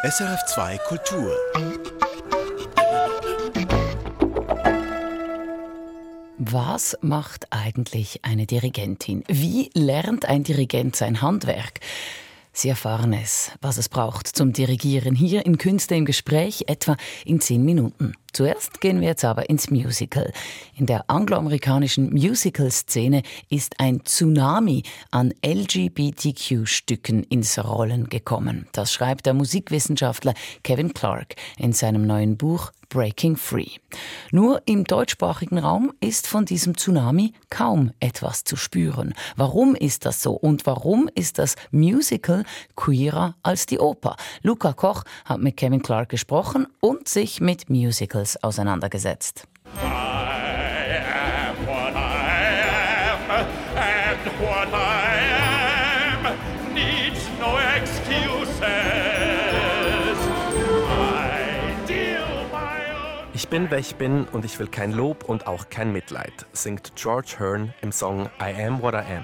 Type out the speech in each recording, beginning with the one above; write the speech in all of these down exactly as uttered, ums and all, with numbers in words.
S R F zwei Kultur. Was macht eigentlich eine Dirigentin? Wie lernt ein Dirigent sein Handwerk? Sie erfahren es, was es braucht zum Dirigieren, hier in Künste im Gespräch, etwa in zehn Minuten. Zuerst gehen wir jetzt aber ins Musical. In der angloamerikanischen Musical-Szene ist ein Tsunami an L G B T Q-Stücken ins Rollen gekommen. Das schreibt der Musikwissenschaftler Kevin Clark in seinem neuen Buch Breaking Free. Nur im deutschsprachigen Raum ist von diesem Tsunami kaum etwas zu spüren. Warum ist das so? Und warum ist das Musical queerer als die Oper? Luca Koch hat mit Kevin Clark gesprochen und sich mit Musicals auseinandergesetzt. I am what I am, and what I am needs no excuses. I deal my own. Ich bin, wer ich bin und ich will kein Lob und auch kein Mitleid, singt George Hearn im Song I Am What I Am.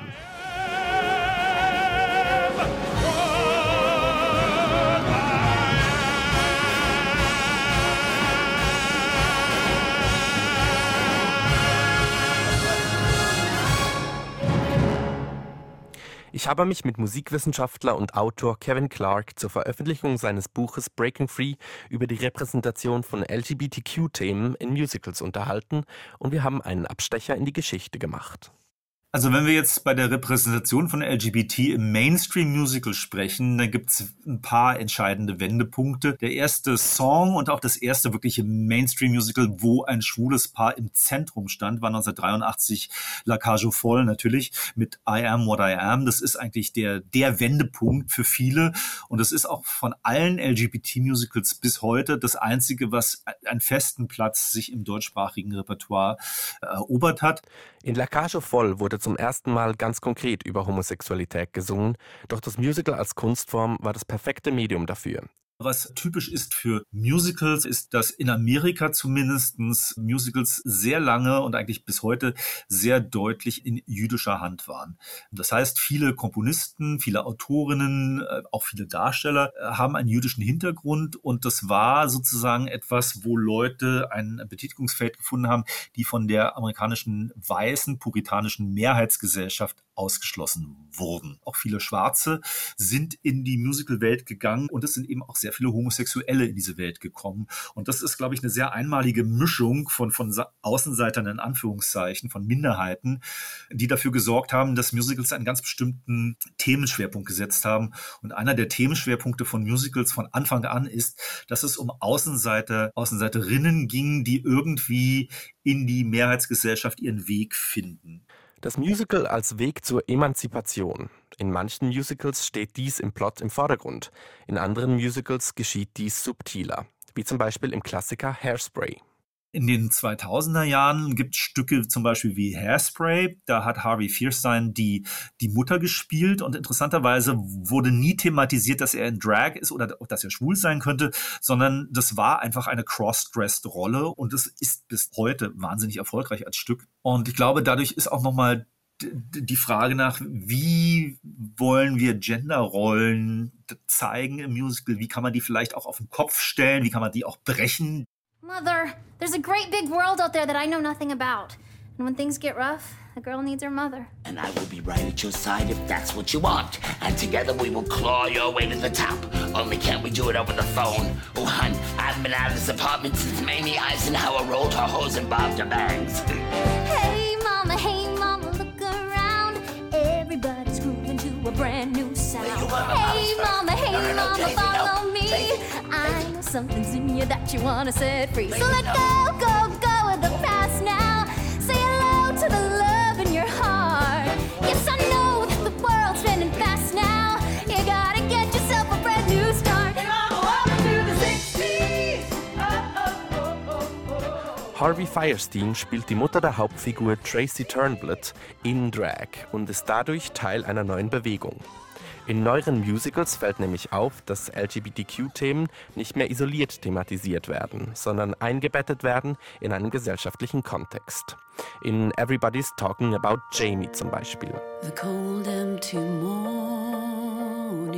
Ich habe mich mit Musikwissenschaftler und Autor Kevin Clark zur Veröffentlichung seines Buches Breaking Free über die Repräsentation von L G B T Q-Themen in Musicals unterhalten und wir haben einen Abstecher in die Geschichte gemacht. Also wenn wir jetzt bei der Repräsentation von L G B T im Mainstream-Musical sprechen, dann gibt es ein paar entscheidende Wendepunkte. Der erste Song und auch das erste wirkliche Mainstream-Musical, wo ein schwules Paar im Zentrum stand, war neunzehnhundertdreiundachtzig La Cage aux Folles natürlich mit I Am What I Am. Das ist eigentlich der, der Wendepunkt für viele und das ist auch von allen L G B T-Musicals bis heute das einzige, was einen festen Platz sich im deutschsprachigen Repertoire erobert hat. In La Cage aux Folles wurde zum ersten Mal ganz konkret über Homosexualität gesungen, doch das Musical als Kunstform war das perfekte Medium dafür. Was typisch ist für Musicals, ist, dass in Amerika zumindest Musicals sehr lange und eigentlich bis heute sehr deutlich in jüdischer Hand waren. Das heißt, viele Komponisten, viele Autorinnen, auch viele Darsteller haben einen jüdischen Hintergrund und das war sozusagen etwas, wo Leute ein Betätigungsfeld gefunden haben, die von der amerikanischen weißen, puritanischen Mehrheitsgesellschaft ausgeschlossen wurden. Auch viele Schwarze sind in die Musical-Welt gegangen und es sind eben auch sehr viele Homosexuelle in diese Welt gekommen. Und das ist, glaube ich, eine sehr einmalige Mischung von, von Außenseitern in Anführungszeichen, von Minderheiten, die dafür gesorgt haben, dass Musicals einen ganz bestimmten Themenschwerpunkt gesetzt haben. Und einer der Themenschwerpunkte von Musicals von Anfang an ist, dass es um Außenseiter, Außenseiterinnen ging, die irgendwie in die Mehrheitsgesellschaft ihren Weg finden. Das Musical als Weg zur Emanzipation. In manchen Musicals steht dies im Plot im Vordergrund. In anderen Musicals geschieht dies subtiler, wie zum Beispiel im Klassiker Hairspray. In den zweitausender Jahren gibt es Stücke zum Beispiel wie Hairspray. Da hat Harvey Fierstein die, die Mutter gespielt und interessanterweise wurde nie thematisiert, dass er in Drag ist oder dass er schwul sein könnte, sondern das war einfach eine cross-dressed-Rolle und das ist bis heute wahnsinnig erfolgreich als Stück. Und ich glaube, dadurch ist auch nochmal die Frage nach, wie wollen wir Genderrollen zeigen im Musical? Wie kann man die vielleicht auch auf den Kopf stellen? Wie kann man die auch brechen? Mother, there's a great big world out there that I know nothing about. And when things get rough, the girl needs her mother. And I will be right at your side if that's what you want. And together we will claw your way to the top. Only can't we do it over the phone? Oh, hun, I've been out of this apartment since Mamie Eisenhower rolled her hose and bobbed her bags. Hey, mama, hey, mama, look around. Everybody's grooving to a brand new sound. Hey, mama, hey, No, no, no, mama, Daisy, no. follow me. Daisy, I know something's in you that you wanna set free. So let go, go, go with the past now. Say hello to the love in your heart. Yes, I know that the world's spinning fast now. You gotta get yourself a brand new start. Welcome to the sixties. Oh, oh, oh, oh, oh. Harvey Fierstein spielt die Mutter der Hauptfigur Tracy Turnblad in Drag und ist dadurch Teil einer neuen Bewegung. In neueren Musicals fällt nämlich auf, dass L G B T Q-Themen nicht mehr isoliert thematisiert werden, sondern eingebettet werden in einen gesellschaftlichen Kontext. In Everybody's Talking About Jamie zum Beispiel. The cold empty morning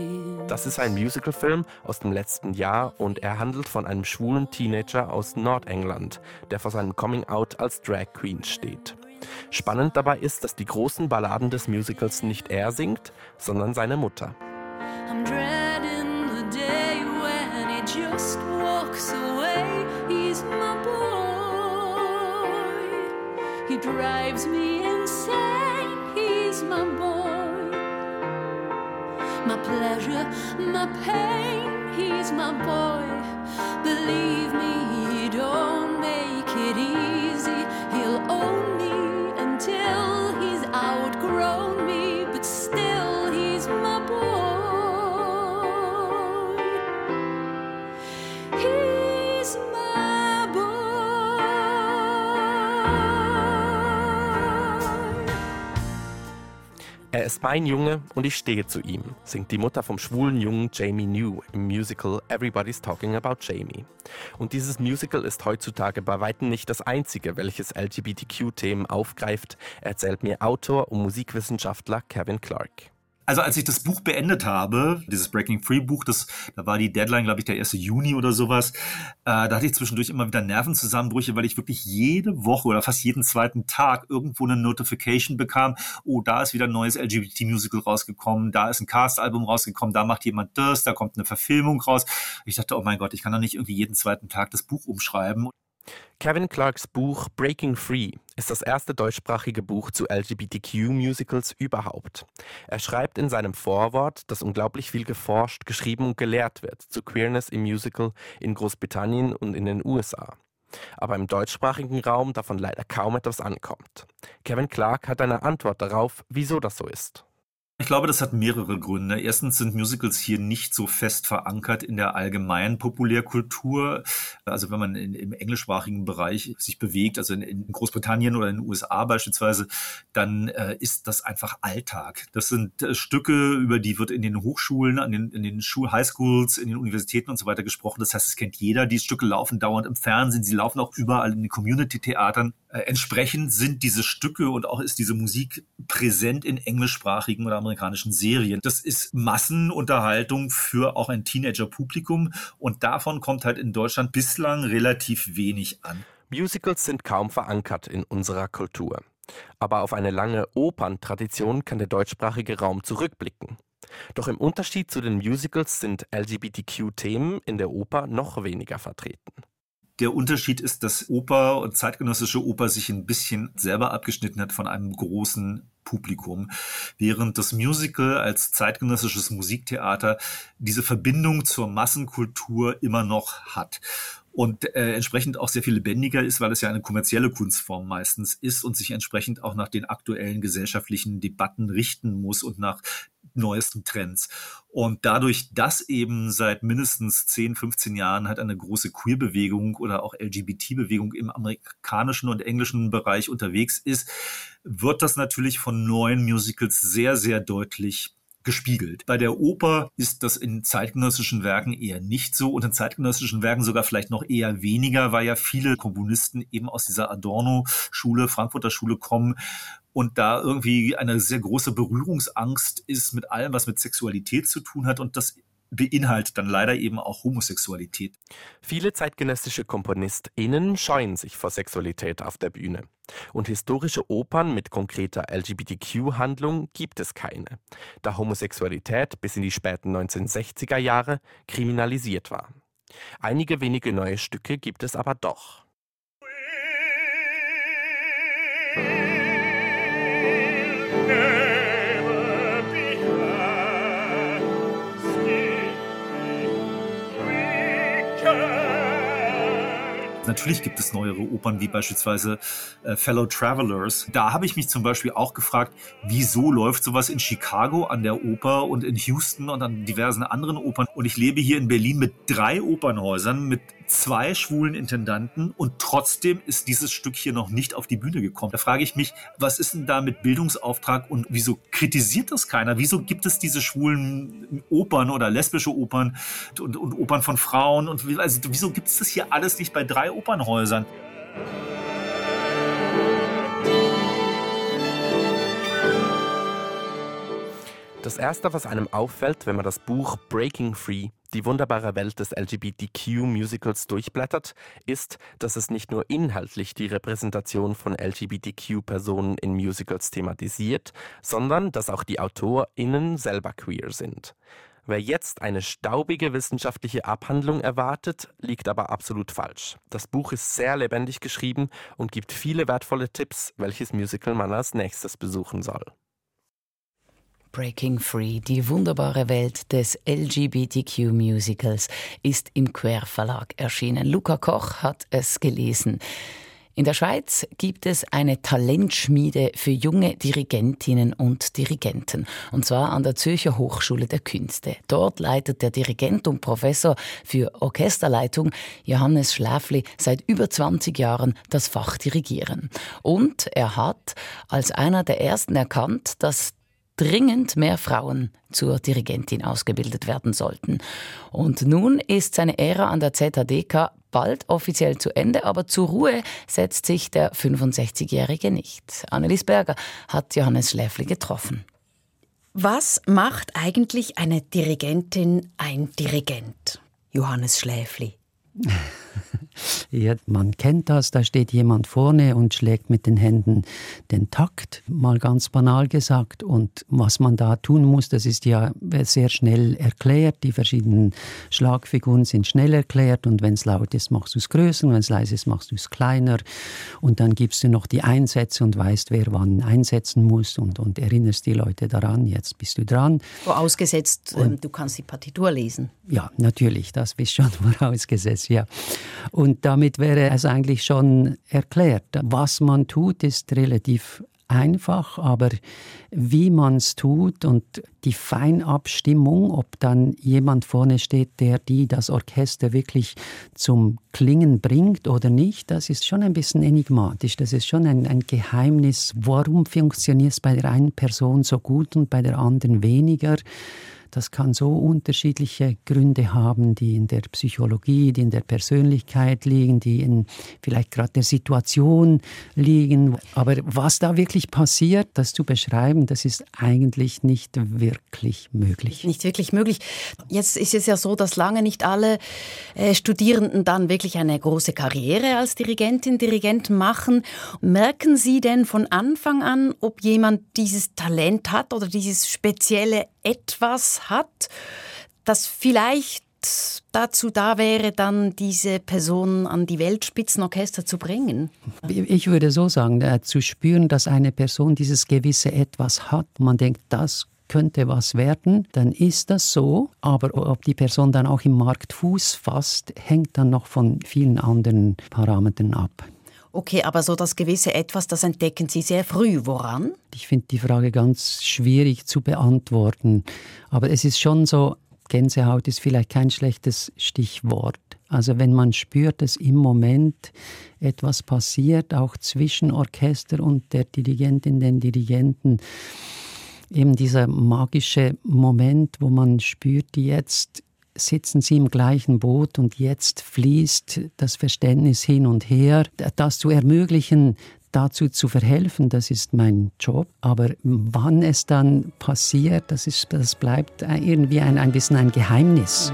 Das ist ein Musicalfilm aus dem letzten Jahr und er handelt von einem schwulen Teenager aus Nordengland, der vor seinem Coming-out als Drag Queen steht. Spannend dabei ist, dass die großen Balladen des Musicals nicht er singt, sondern seine Mutter. I'm dreading the day when he just walks away. He's my boy. He drives me insane. He's my boy. My pleasure, my pain. He's my boy. Believe me, he don't make it easy. He'll own me until he's outgrown me, but still he's my boy. He's my boy. Er ist mein Junge und ich stehe zu ihm, singt die Mutter vom schwulen Jungen Jamie New im Musical Everybody's Talking About Jamie. Und dieses Musical ist heutzutage bei weitem nicht das einzige, welches L G B T Q-Themen aufgreift, erzählt mir Autor und Musikwissenschaftler Kevin Clark. Also als ich das Buch beendet habe, dieses Breaking Free Buch, das, da war die Deadline, glaube ich, der erste Juni oder sowas, äh, da hatte ich zwischendurch immer wieder Nervenzusammenbrüche, weil ich wirklich jede Woche oder fast jeden zweiten Tag irgendwo eine Notification bekam, oh, da ist wieder ein neues L G B T-Musical rausgekommen, da ist ein Cast-Album rausgekommen, da macht jemand das, da kommt eine Verfilmung raus. Ich dachte, oh mein Gott, ich kann doch nicht irgendwie jeden zweiten Tag das Buch umschreiben. Kevin Clarks Buch Breaking Free ist das erste deutschsprachige Buch zu L G B T Q-Musicals überhaupt. Er schreibt in seinem Vorwort, dass unglaublich viel geforscht, geschrieben und gelehrt wird zu Queerness im Musical in Großbritannien und in den U S A. Aber im deutschsprachigen Raum davon leider kaum etwas ankommt. Kevin Clark hat eine Antwort darauf, wieso das so ist. Ich glaube, das hat mehrere Gründe. Erstens sind Musicals hier nicht so fest verankert in der allgemeinen Populärkultur. Also wenn man in, im englischsprachigen Bereich sich bewegt, also in, in Großbritannien oder in den U S A beispielsweise, dann äh, ist das einfach Alltag. Das sind äh, Stücke, über die wird in den Hochschulen, an den, in den Schul- Highschools, in den Universitäten und so weiter gesprochen. Das heißt, es kennt jeder. Die Stücke laufen dauernd im Fernsehen. Sie laufen auch überall in den Community-Theatern. Äh, entsprechend sind diese Stücke und auch ist diese Musik präsent in englischsprachigen oder amerikanischen Serien. Das ist Massenunterhaltung für auch ein Teenager-Publikum und davon kommt halt in Deutschland bislang relativ wenig an. Musicals sind kaum verankert in unserer Kultur. Aber auf eine lange Operntradition kann der deutschsprachige Raum zurückblicken. Doch im Unterschied zu den Musicals sind L G B T Q-Themen in der Oper noch weniger vertreten. Der Unterschied ist, dass Oper und zeitgenössische Oper sich ein bisschen selber abgeschnitten hat von einem großen Publikum, während das Musical als zeitgenössisches Musiktheater diese Verbindung zur Massenkultur immer noch hat. Und äh, entsprechend auch sehr viel lebendiger ist, weil es ja eine kommerzielle Kunstform meistens ist und sich entsprechend auch nach den aktuellen gesellschaftlichen Debatten richten muss und nach neuesten Trends. Und dadurch, dass eben seit mindestens zehn, fünfzehn Jahren halt eine große Queer-Bewegung oder auch L G B T-Bewegung im amerikanischen und englischen Bereich unterwegs ist, wird das natürlich von neuen Musicals sehr, sehr deutlich gespiegelt. Bei der Oper ist das in zeitgenössischen Werken eher nicht so und in zeitgenössischen Werken sogar vielleicht noch eher weniger, weil ja viele Komponisten eben aus dieser Adorno-Schule, Frankfurter Schule kommen und da irgendwie eine sehr große Berührungsangst ist mit allem, was mit Sexualität zu tun hat und das beinhaltet dann leider eben auch Homosexualität. Viele zeitgenössische KomponistInnen scheuen sich vor Sexualität auf der Bühne. Und historische Opern mit konkreter L G B T Q-Handlung gibt es keine, da Homosexualität bis in die späten neunzehnhundertsechziger Jahre kriminalisiert war. Einige wenige neue Stücke gibt es aber doch. Natürlich gibt es neuere Opern, wie beispielsweise äh, Fellow Travelers. Da habe ich mich zum Beispiel auch gefragt, wieso läuft sowas in Chicago an der Oper und in Houston und an diversen anderen Opern. Und ich lebe hier in Berlin mit drei Opernhäusern, mit zwei schwulen Intendanten und trotzdem ist dieses Stück hier noch nicht auf die Bühne gekommen. Da frage ich mich, was ist denn da mit Bildungsauftrag und wieso kritisiert das keiner? Wieso gibt es diese schwulen Opern oder lesbische Opern und, und Opern von Frauen? Und also, wieso gibt es das hier alles nicht bei drei Opernhäusern? Das Erste, was einem auffällt, wenn man das Buch Breaking Free, die wunderbare Welt des L G B T Q-Musicals durchblättert, ist, dass es nicht nur inhaltlich die Repräsentation von L G B T Q-Personen in Musicals thematisiert, sondern dass auch die AutorInnen selber queer sind. Wer jetzt eine staubige wissenschaftliche Abhandlung erwartet, liegt aber absolut falsch. Das Buch ist sehr lebendig geschrieben und gibt viele wertvolle Tipps, welches Musical man als nächstes besuchen soll. Breaking Free, die wunderbare Welt des L G B T Q-Musicals, ist im Quer Verlag erschienen. Luca Koch hat es gelesen. In der Schweiz gibt es eine Talentschmiede für junge Dirigentinnen und Dirigenten. Und zwar an der Zürcher Hochschule der Künste. Dort leitet der Dirigent und Professor für Orchesterleitung Johannes Schläfli seit über zwanzig Jahren das Fach Dirigieren. Und er hat als einer der ersten erkannt, dass dringend mehr Frauen zur Dirigentin ausgebildet werden sollten. Und nun ist seine Ära an der Z H D K bald offiziell zu Ende, aber zur Ruhe setzt sich der fünfundsechzigjährige nicht. Annelies Berger hat Johannes Schläfli getroffen. Was macht eigentlich eine Dirigentin ein Dirigent? Johannes Schläfli. Ja, man kennt das, da steht jemand vorne und schlägt mit den Händen den Takt, mal ganz banal gesagt. Und was man da tun muss, das ist ja sehr schnell erklärt. Die verschiedenen Schlagfiguren sind schnell erklärt und wenn es laut ist, machst du es größer, wenn es leise ist, machst du es kleiner. Und dann gibst du noch die Einsätze und weißt, wer wann einsetzen muss und, und erinnerst die Leute daran, jetzt bist du dran. Vorausgesetzt, ähm, du kannst die Partitur lesen. Ja, natürlich, das ist schon vorausgesetzt, ja. Und damit wäre es eigentlich schon erklärt. Was man tut, ist relativ einfach, aber wie man es tut und die Feinabstimmung, ob dann jemand vorne steht, der die das Orchester wirklich zum Klingen bringt oder nicht, das ist schon ein bisschen enigmatisch. Das ist schon ein, ein Geheimnis. Warum funktioniert es bei der einen Person so gut und bei der anderen weniger? Das kann so unterschiedliche Gründe haben, die in der Psychologie, die in der Persönlichkeit liegen, die in vielleicht gerade der Situation liegen. Aber was da wirklich passiert, das zu beschreiben, das ist eigentlich nicht wirklich möglich. Nicht wirklich möglich. Jetzt ist es ja so, dass lange nicht alle äh, Studierenden dann wirklich eine große Karriere als Dirigentin, Dirigent machen. Merken Sie denn von Anfang an, ob jemand dieses Talent hat oder dieses spezielle Etwas hat, das vielleicht dazu da wäre, dann diese Person an die Weltspitzenorchester zu bringen? Ich würde so sagen, zu spüren, dass eine Person dieses gewisse Etwas hat. Man denkt, das könnte was werden, dann ist das so. Aber ob die Person dann auch im Markt Fuß fasst, hängt dann noch von vielen anderen Parametern ab. Okay, aber so das gewisse Etwas, das entdecken Sie sehr früh. Woran? Ich finde die Frage ganz schwierig zu beantworten. Aber es ist schon so, Gänsehaut ist vielleicht kein schlechtes Stichwort. Also wenn man spürt, dass im Moment etwas passiert, auch zwischen Orchester und der Dirigentin, den Dirigenten, eben dieser magische Moment, wo man spürt, jetzt sitzen sie im gleichen Boot und jetzt fließt das Verständnis hin und her. Das zu ermöglichen, dazu zu verhelfen, das ist mein Job. Aber wann es dann passiert, das, ist, das bleibt irgendwie ein, ein bisschen ein Geheimnis.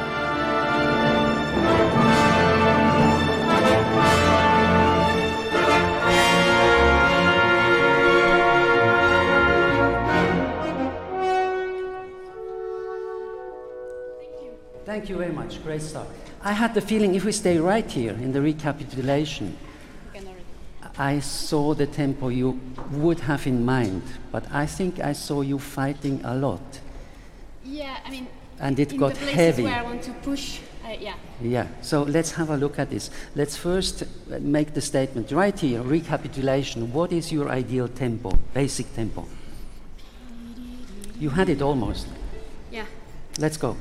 Thank you very much. Great stuff. I had the feeling if we stay right here in the recapitulation, I saw the tempo you would have in mind, but I think I saw you fighting a lot. Yeah, I mean, and it in got the places heavy. where I want to push, uh, yeah. Yeah, so let's have a look at this. Let's first make the statement right here, recapitulation. What is your ideal tempo, basic tempo? You had it almost. Yeah. Let's go.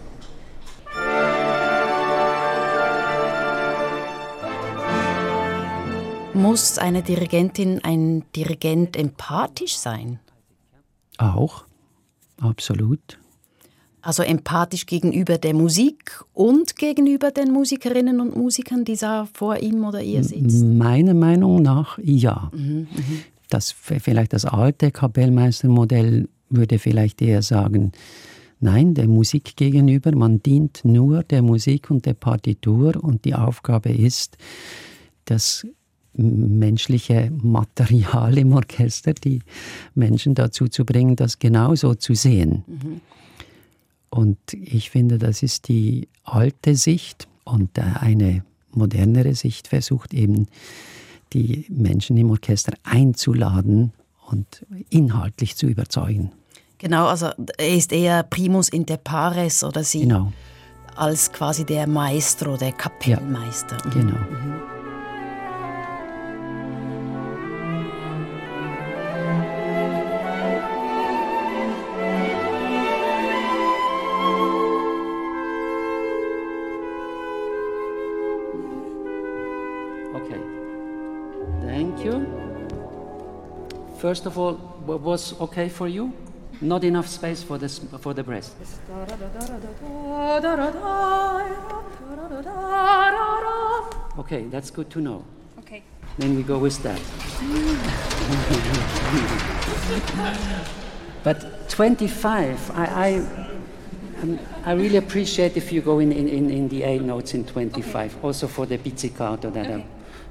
Muss eine Dirigentin, ein Dirigent empathisch sein? Auch, absolut. Also empathisch gegenüber der Musik und gegenüber den Musikerinnen und Musikern, die da vor ihm oder ihr sitzen? Meiner Meinung nach ja. Mhm, das vielleicht das alte Kapellmeistermodell würde vielleicht eher sagen, nein, der Musik gegenüber, man dient nur der Musik und der Partitur und die Aufgabe ist, das menschliche Material im Orchester, die Menschen dazu zu bringen, das genauso zu sehen. Mhm. Und ich finde, das ist die alte Sicht, und eine modernere Sicht versucht eben, die Menschen im Orchester einzuladen und inhaltlich zu überzeugen. Genau, also er ist eher primus inter pares oder sie genau. als quasi der Maestro, der Kapellmeister. Ja, genau. Mhm. First of all, what was okay for you? Not enough space for the, for the breast. Okay, that's good to know. Okay. Then we go with that. But twenty-five, I, I, um, I really appreciate if you go in, in, in the A notes in twenty-five, okay. Also for the pizzicato that okay.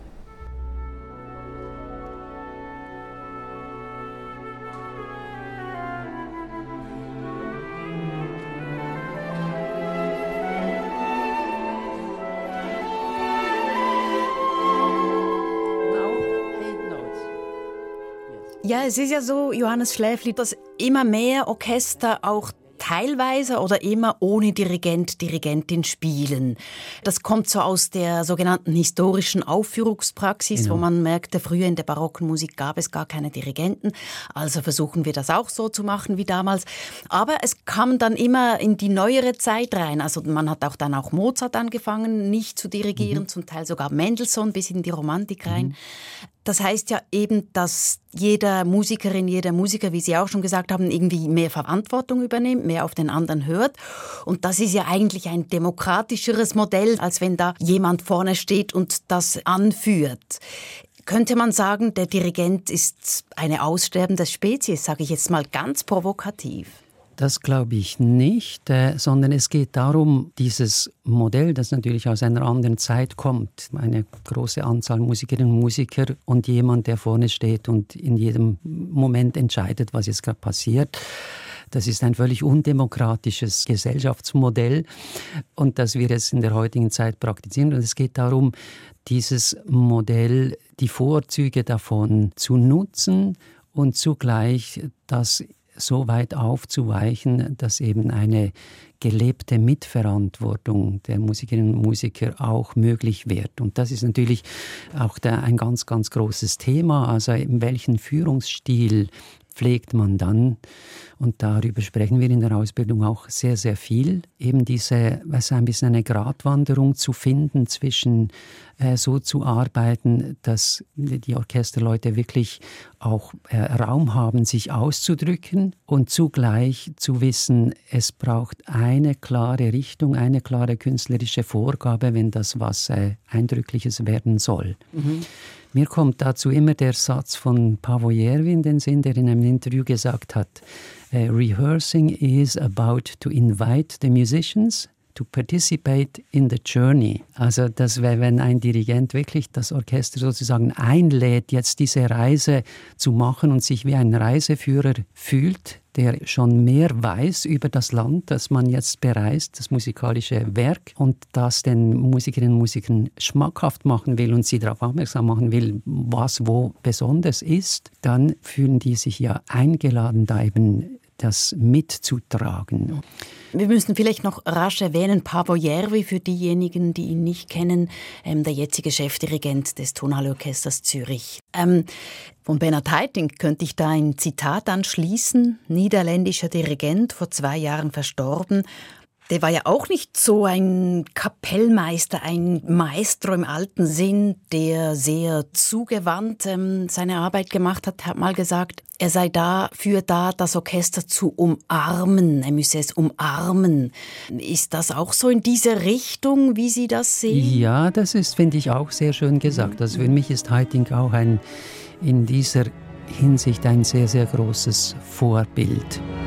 Ja, es ist ja so, Johannes Schläfli, dass immer mehr Orchester auch teilweise oder immer ohne Dirigent, Dirigentin spielen. Das kommt so aus der sogenannten historischen Aufführungspraxis, genau. Wo man merkte, früher in der barocken Musik gab es gar keine Dirigenten, also versuchen wir das auch so zu machen wie damals. Aber es kam dann immer in die neuere Zeit rein, also man hat auch dann auch Mozart angefangen, nicht zu dirigieren, mhm. Zum Teil sogar Mendelssohn bis in die Romantik rein. Mhm. Das heißt ja eben, dass jeder Musikerin, jeder Musiker, wie Sie auch schon gesagt haben, irgendwie mehr Verantwortung übernimmt, mehr auf den anderen hört. Und das ist ja eigentlich ein demokratischeres Modell, als wenn da jemand vorne steht und das anführt. Könnte man sagen, der Dirigent ist eine aussterbende Spezies, sage ich jetzt mal ganz provokativ? Das glaube ich nicht, äh, sondern es geht darum, dieses Modell, das natürlich aus einer anderen Zeit kommt, eine große Anzahl Musikerinnen und Musiker und jemand, der vorne steht und in jedem Moment entscheidet, was jetzt gerade passiert. Das ist ein völlig undemokratisches Gesellschaftsmodell und das wir jetzt in der heutigen Zeit praktizieren. Und es geht darum, dieses Modell, die Vorzüge davon zu nutzen und zugleich das so weit aufzuweichen, dass eben eine gelebte Mitverantwortung der Musikerinnen und Musiker auch möglich wird. Und das ist natürlich auch der, ein ganz, ganz großes Thema. Also in welchen Führungsstil pflegt man dann? Und darüber sprechen wir in der Ausbildung auch sehr, sehr viel. Eben diese, was ein bisschen eine Gratwanderung zu finden zwischen äh, so zu arbeiten, dass die Orchesterleute wirklich auch äh, Raum haben, sich auszudrücken und zugleich zu wissen, es braucht eine klare Richtung, eine klare künstlerische Vorgabe, wenn das was äh, Eindrückliches werden soll. Mhm. Mir kommt dazu immer der Satz von Paavo Järvi in den Sinn, der in einem Interview gesagt hat, Rehearsing is about to invite the musicians to participate in the journey. Also das wäre, wenn ein Dirigent wirklich das Orchester sozusagen einlädt, jetzt diese Reise zu machen und sich wie ein Reiseführer fühlt, der schon mehr weiß über das Land, das man jetzt bereist, das musikalische Werk, und das den Musikerinnen und Musikern schmackhaft machen will und sie darauf aufmerksam machen will, was wo besonders ist, dann fühlen die sich ja eingeladen, da eben das mitzutragen. Wir müssen vielleicht noch rasch erwähnen, Paavo Järvi, für diejenigen, die ihn nicht kennen, ähm, der jetzige Chefdirigent des Tonhalle-Orchesters Zürich. Ähm, von Bernhard Haitink könnte ich da ein Zitat anschließen, niederländischer Dirigent, vor zwei Jahren verstorben. Der war ja auch nicht so ein Kapellmeister, ein Maestro im alten Sinn, der sehr zugewandt ähm, seine Arbeit gemacht hat. Er hat mal gesagt, er sei dafür da, das Orchester zu umarmen. Er müsse es umarmen. Ist das auch so in diese Richtung, wie Sie das sehen? Ja, das ist, finde ich, auch sehr schön gesagt. Also für mich ist Haitink auch ein, in dieser Hinsicht ein sehr, sehr großes Vorbild.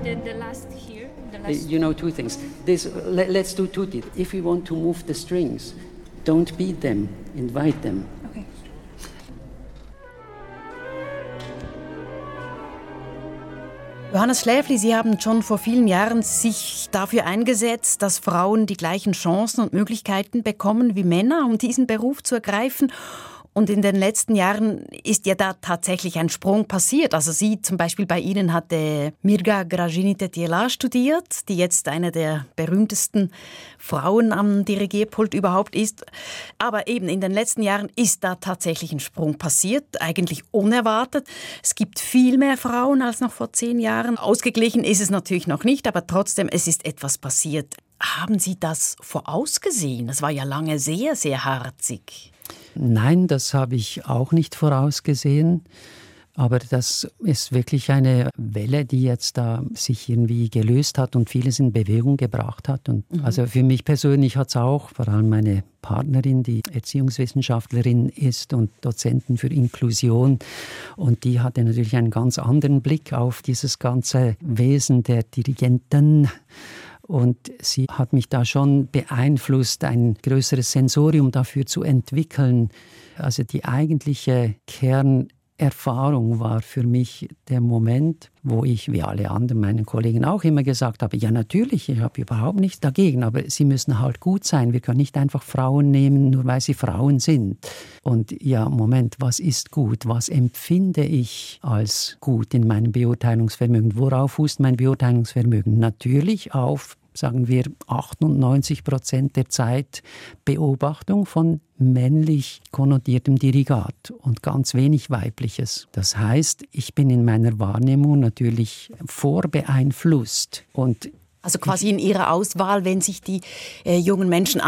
the, the last here, the last. You know two things. This, let, let's do tutti. If we want to move the strings, don't beat them, invite them. Okay. Johannes Schläfli, Sie haben schon vor vielen Jahren sich dafür eingesetzt, dass Frauen die gleichen Chancen und Möglichkeiten bekommen wie Männer, um diesen Beruf zu ergreifen. Und in den letzten Jahren ist ja da tatsächlich ein Sprung passiert. Also Sie zum Beispiel, bei Ihnen hatte Mirga Gražinytė-Tyla studiert, die jetzt eine der berühmtesten Frauen am Dirigierpult überhaupt ist. Aber eben in den letzten Jahren ist da tatsächlich ein Sprung passiert, eigentlich unerwartet. Es gibt viel mehr Frauen als noch vor zehn Jahren. Ausgeglichen ist es natürlich noch nicht, aber trotzdem, es ist etwas passiert. Haben Sie das vorausgesehen? Das war ja lange sehr, sehr harzig. Nein, das habe ich auch nicht vorausgesehen. Aber das ist wirklich eine Welle, die jetzt da sich irgendwie gelöst hat und vieles in Bewegung gebracht hat. Und mhm. also für mich persönlich hat es auch, vor allem meine Partnerin, die Erziehungswissenschaftlerin ist und Dozentin für Inklusion. Und die hatte natürlich einen ganz anderen Blick auf dieses ganze Wesen der Dirigenten. Und sie hat mich da schon beeinflusst, ein größeres Sensorium dafür zu entwickeln. Also die eigentliche Kernerfahrung war für mich der Moment, wo ich, wie alle anderen meinen Kollegen auch immer gesagt habe, ja natürlich, ich habe überhaupt nichts dagegen, aber sie müssen halt gut sein. Wir können nicht einfach Frauen nehmen, nur weil sie Frauen sind. Und ja, Moment, was ist gut? Was empfinde ich als gut in meinem Beurteilungsvermögen? Worauf fußt mein Beurteilungsvermögen? Natürlich auf, sagen wir, achtundneunzig Prozent der Zeit Beobachtung von männlich konnotiertem Dirigat und ganz wenig weibliches. Das heißt, ich bin in meiner Wahrnehmung natürlich vorbeeinflusst. Und also quasi in Ihrer Auswahl, wenn sich die äh, jungen Menschen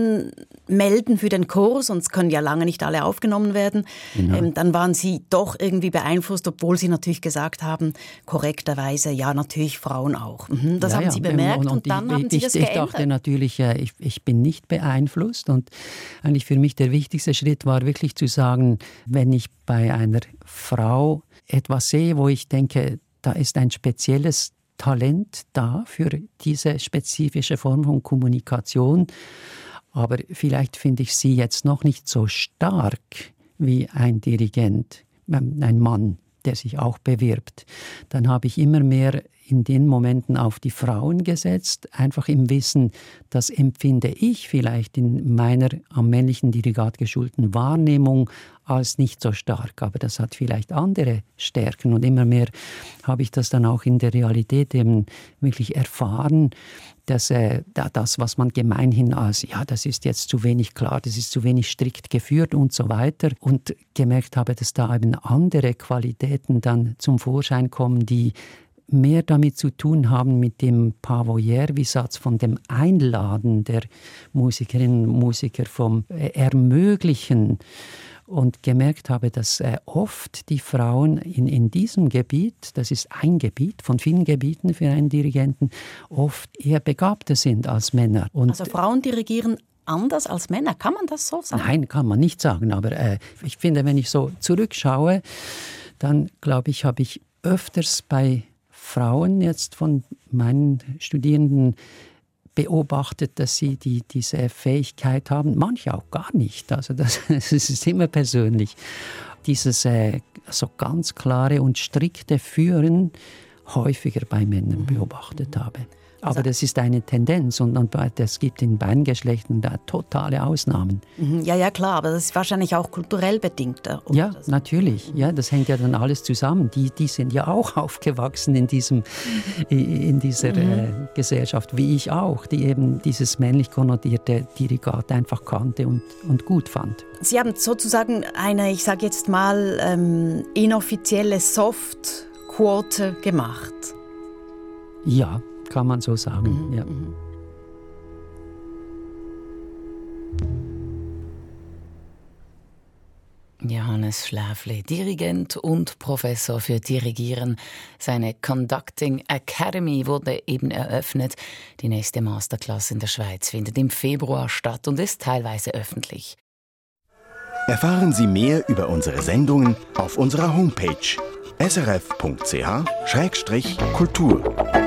anmelden für den Kurs, und es können ja lange nicht alle aufgenommen werden, genau. ähm, dann waren Sie doch irgendwie beeinflusst, obwohl Sie natürlich gesagt haben, korrekterweise, ja, natürlich Frauen auch. Mhm, das ja, haben ja. Sie bemerkt und, und, und dann ich, haben Sie ich, das ich geändert. Ich dachte natürlich, ich, ich bin nicht beeinflusst, und eigentlich für mich der wichtigste Schritt war wirklich zu sagen, wenn ich bei einer Frau etwas sehe, wo ich denke, da ist ein spezielles Talent da für diese spezifische Form von Kommunikation. Aber vielleicht finde ich sie jetzt noch nicht so stark wie ein Dirigent, ein Mann, der sich auch bewirbt. Dann habe ich immer mehr in den Momenten auf die Frauen gesetzt, einfach im Wissen, das empfinde ich vielleicht in meiner am männlichen Dirigat geschulten Wahrnehmung als nicht so stark, aber das hat vielleicht andere Stärken, und immer mehr habe ich das dann auch in der Realität eben wirklich erfahren, dass äh, das, was man gemeinhin als, ja, das ist jetzt zu wenig klar, das ist zu wenig strikt geführt und so weiter, und gemerkt habe, dass da eben andere Qualitäten dann zum Vorschein kommen, die mehr damit zu tun haben mit dem Pavoyer-Satz von dem Einladen der Musikerinnen und Musiker, vom Ermöglichen. Und gemerkt habe, dass äh, oft die Frauen in, in diesem Gebiet, das ist ein Gebiet von vielen Gebieten für einen Dirigenten, oft eher begabter sind als Männer. Und also Frauen dirigieren anders als Männer, kann man das so sagen? Nein, kann man nicht sagen, aber äh, ich finde, wenn ich so zurückschaue, dann glaube ich, habe ich öfters bei Frauen jetzt von meinen Studierenden beobachtet, dass sie die, diese Fähigkeit haben, manche auch gar nicht, also das, das ist immer persönlich, dieses äh, so ganz klare und strikte Führen häufiger bei Männern beobachtet habe. Aber das ist eine Tendenz, und es gibt in beiden Geschlechtern da totale Ausnahmen. Ja, ja, klar, aber das ist wahrscheinlich auch kulturell bedingt. Ja, natürlich. Ja, das hängt ja dann alles zusammen. Die, die sind ja auch aufgewachsen in, diesem, in dieser mhm. äh, Gesellschaft, wie ich auch, die eben dieses männlich konnotierte Dirigat einfach kannte und, und gut fand. Sie haben sozusagen eine, ich sage jetzt mal, ähm, inoffizielle Soft-Quote gemacht. Ja, kann man so sagen, mhm, ja. Mhm. Johannes Schläfli, Dirigent und Professor für Dirigieren. Seine Conducting Academy wurde eben eröffnet. Die nächste Masterclass in der Schweiz findet im Februar statt und ist teilweise öffentlich. Erfahren Sie mehr über unsere Sendungen auf unserer Homepage s r f punkt c h Schrägstrich Kultur.